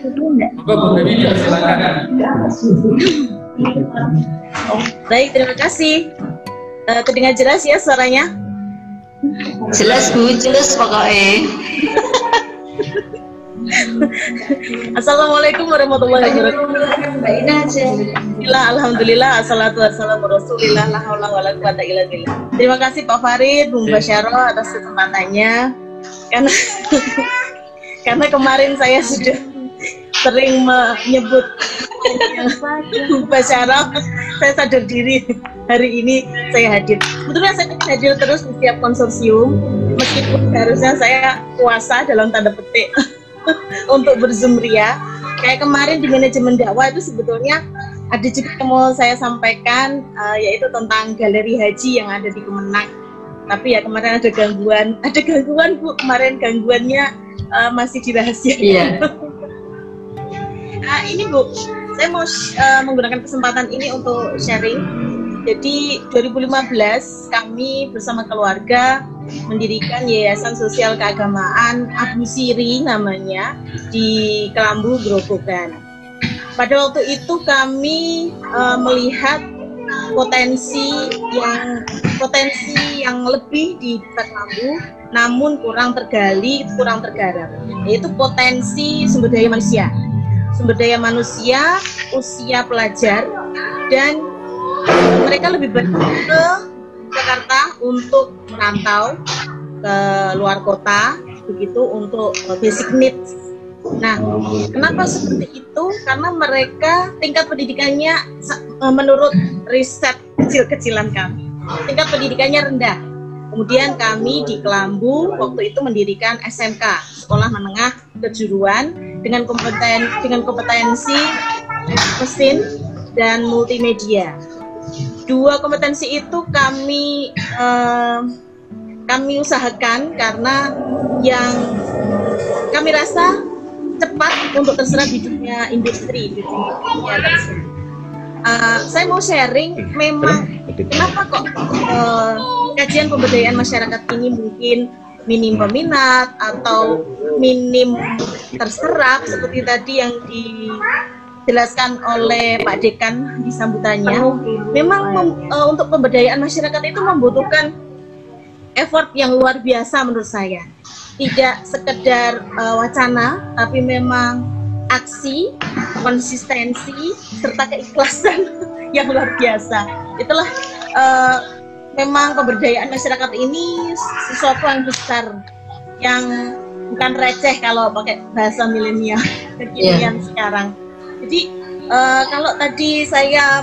Monggo Bu Dewi, silakan. Baik, terima kasih. Terdengar jelas ya suaranya? Jelas Bu, jelas pokoknya. Assalamualaikum warahmatullahi wabarakatuh. Alhamdulillah, assalatu wassalamu rasulillah, la haula wala quwata illa billah. Terima kasih Pak Farid, Bung Basyaro atas kesempatannya. Karena kemarin saya sudah sering menyebut Bung Basyaro, saya sadar diri hari ini saya hadir. Sebetulnya saya hadir terus di setiap konsorsium, meskipun seharusnya saya puasa dalam tanda petik untuk berzoom ria. Kayak kemarin di manajemen dakwah itu sebetulnya ada juga yang mau saya sampaikan, yaitu tentang galeri haji yang ada di Kemenang. Tapi ya kemarin ada gangguan Bu, kemarin gangguannya masih dirahasiakan. Iya. Ini Bu, saya mau menggunakan kesempatan ini untuk sharing. Jadi 2015 kami bersama keluarga mendirikan Yayasan Sosial Keagamaan Abu Siri namanya di Kelambu, Grobogan. Pada waktu itu kami melihat potensi yang lebih di Desa Kelambu, namun kurang tergali, kurang tergarap, yaitu potensi sumber daya manusia, usia pelajar, dan mereka lebih banyak ke Jakarta untuk merantau ke luar kota, begitu untuk basic needs. Nah, kenapa seperti itu? Karena mereka tingkat pendidikannya menurut riset kecil-kecilan kami, tingkat pendidikannya rendah. Kemudian kami di Kelambu waktu itu mendirikan SMK, Sekolah Menengah Kejuruan, dengan kompetensi mesin dan multimedia. Dua kompetensi itu kami usahakan karena yang kami rasa cepat untuk terserap di dunia industri. Saya mau sharing, memang kenapa kok kajian pemberdayaan masyarakat ini mungkin minim peminat atau minim terserap seperti tadi yang dijelaskan oleh Pak Dekan di sambutannya. Memang untuk pemberdayaan masyarakat itu membutuhkan effort yang luar biasa menurut saya. Tidak sekedar wacana, tapi memang aksi, konsistensi, serta keikhlasan yang luar biasa. Itulah memang pemberdayaan masyarakat ini sesuatu yang besar, yang bukan receh kalau pakai bahasa milenial kekinian sekarang. Jadi kalau tadi saya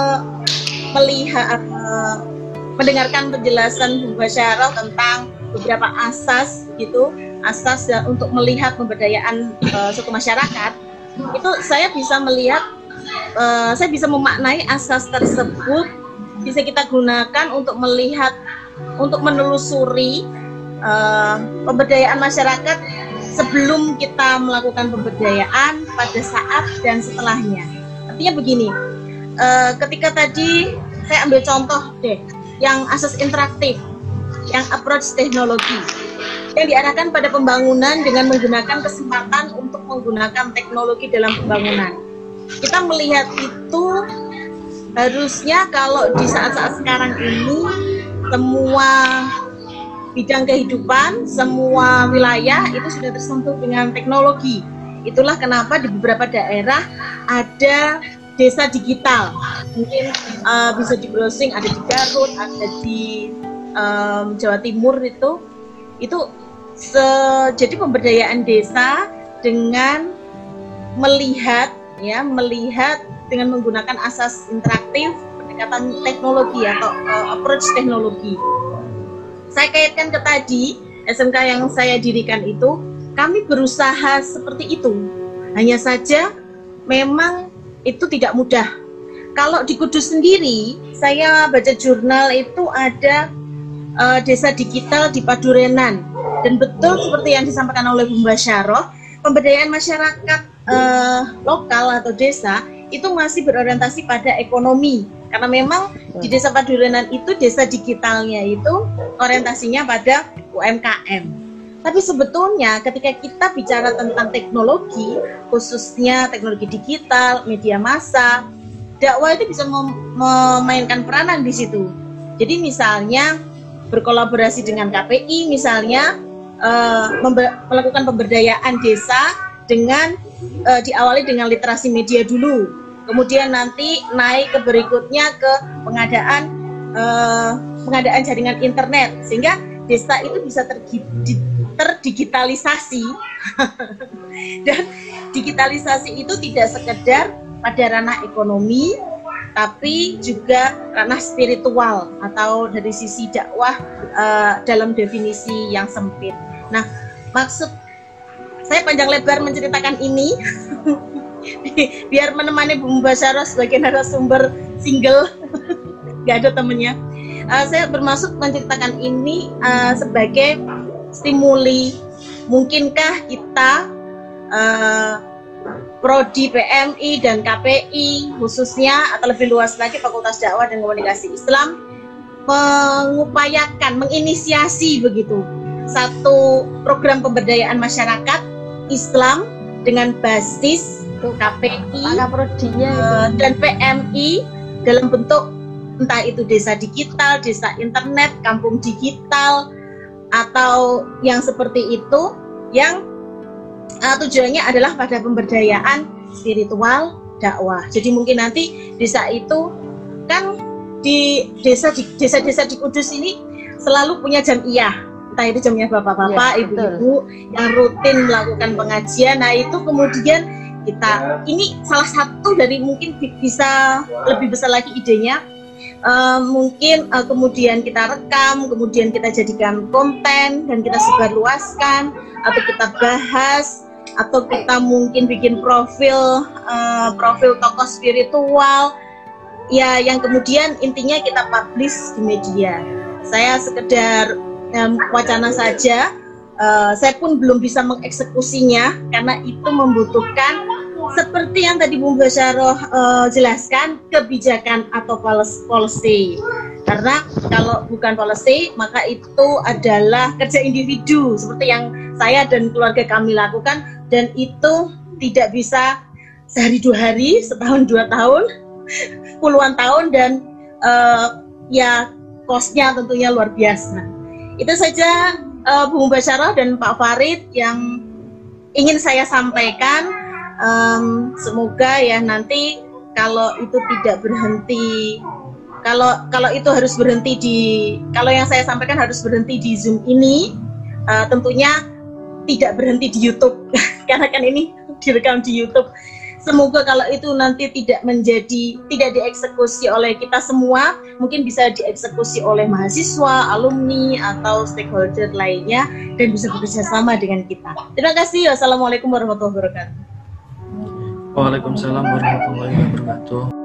mendengarkan penjelasan Bu Basyaro tentang beberapa asas gitu, asas untuk melihat pemberdayaan suatu masyarakat, itu saya bisa melihat, saya bisa memaknai asas tersebut bisa kita gunakan untuk melihat, untuk menelusuri pemberdayaan masyarakat sebelum kita melakukan pemberdayaan, pada saat dan setelahnya. Artinya begini, ketika tadi saya ambil contoh deh, yang asas interaktif, yang approach teknologi, yang diarahkan pada pembangunan dengan menggunakan kesempatan untuk menggunakan teknologi dalam pembangunan. Kita melihat itu harusnya kalau di saat-saat sekarang ini semua bidang kehidupan, semua wilayah itu sudah tersentuh dengan teknologi. Itulah kenapa di beberapa daerah ada desa digital. Mungkin bisa di browsing, ada di Garut, ada di Jawa Timur itu jadi pemberdayaan desa dengan melihat dengan menggunakan asas interaktif, pendekatan teknologi atau approach teknologi. Saya kaitkan ke tadi SMK yang saya dirikan itu, kami berusaha seperti itu. Hanya saja memang itu tidak mudah. Kalau di Kudus sendiri, saya baca jurnal itu ada desa digital di Padurenan, dan betul seperti yang disampaikan oleh Bung Basyaro, pemberdayaan masyarakat lokal atau desa itu masih berorientasi pada ekonomi, karena memang di desa Padurenan itu desa digitalnya itu orientasinya pada UMKM. Tapi sebetulnya ketika kita bicara tentang teknologi, khususnya teknologi digital, media massa, dakwah itu bisa memainkan peranan di situ. Jadi misalnya berkolaborasi dengan KPI, misalnya melakukan pemberdayaan desa dengan diawali dengan literasi media dulu, kemudian nanti naik ke berikutnya ke pengadaan jaringan internet, sehingga desa itu bisa terdigitalisasi. Dan digitalisasi itu tidak sekedar pada ranah ekonomi, tapi juga ranah spiritual atau dari sisi dakwah dalam definisi yang sempit. Nah, maksud saya panjang lebar menceritakan ini biar menemani Bu Mubasyarah sebagai narasumber single, nggak ada temennya. Saya bermaksud menceritakan ini sebagai stimuli. Mungkinkah kita Prodi PMI dan KPI khususnya, atau lebih luas lagi Fakultas Dakwah dan Komunikasi Islam, menginisiasi begitu satu program pemberdayaan masyarakat Islam dengan basis KPI dan PMI dalam bentuk entah itu desa digital, desa internet, kampung digital, atau yang seperti itu, yang tujuannya adalah pada pemberdayaan spiritual dakwah. Jadi mungkin nanti desa itu kan di desa-desa di Kudus ini selalu punya jamiah, entah itu jamiah bapak-bapak, ibu-ibu yang rutin melakukan pengajian. Nah itu kemudian kita, ini salah satu dari mungkin bisa lebih besar lagi idenya. Mungkin kemudian kita rekam, kemudian kita jadikan konten dan kita sebarluaskan, atau kita bahas, atau kita mungkin bikin profil tokoh spiritual ya, yang kemudian intinya kita publish di media. Saya sekedar wacana saja, saya pun belum bisa mengeksekusinya karena itu membutuhkan, seperti yang tadi Bu Mubasyarah jelaskan, kebijakan atau policy. Karena kalau bukan policy, maka itu adalah kerja individu seperti yang saya dan keluarga kami lakukan, dan itu tidak bisa sehari dua hari, setahun 2 tahun, puluhan tahun, dan ya cost-nya tentunya luar biasa. Itu saja Bu Mubasyarah dan Pak Farid yang ingin saya sampaikan. Semoga ya nanti kalau itu tidak berhenti, kalau itu harus berhenti kalau yang saya sampaikan harus berhenti di Zoom ini, tentunya tidak berhenti di YouTube karena kan ini direkam di YouTube. Semoga kalau itu nanti tidak dieksekusi oleh kita semua, mungkin bisa dieksekusi oleh mahasiswa, alumni, atau stakeholder lainnya, dan bisa bekerja sama dengan kita. Terima kasih. Wassalamualaikum warahmatullahi wabarakatuh. Waalaikumsalam warahmatullahi wabarakatuh.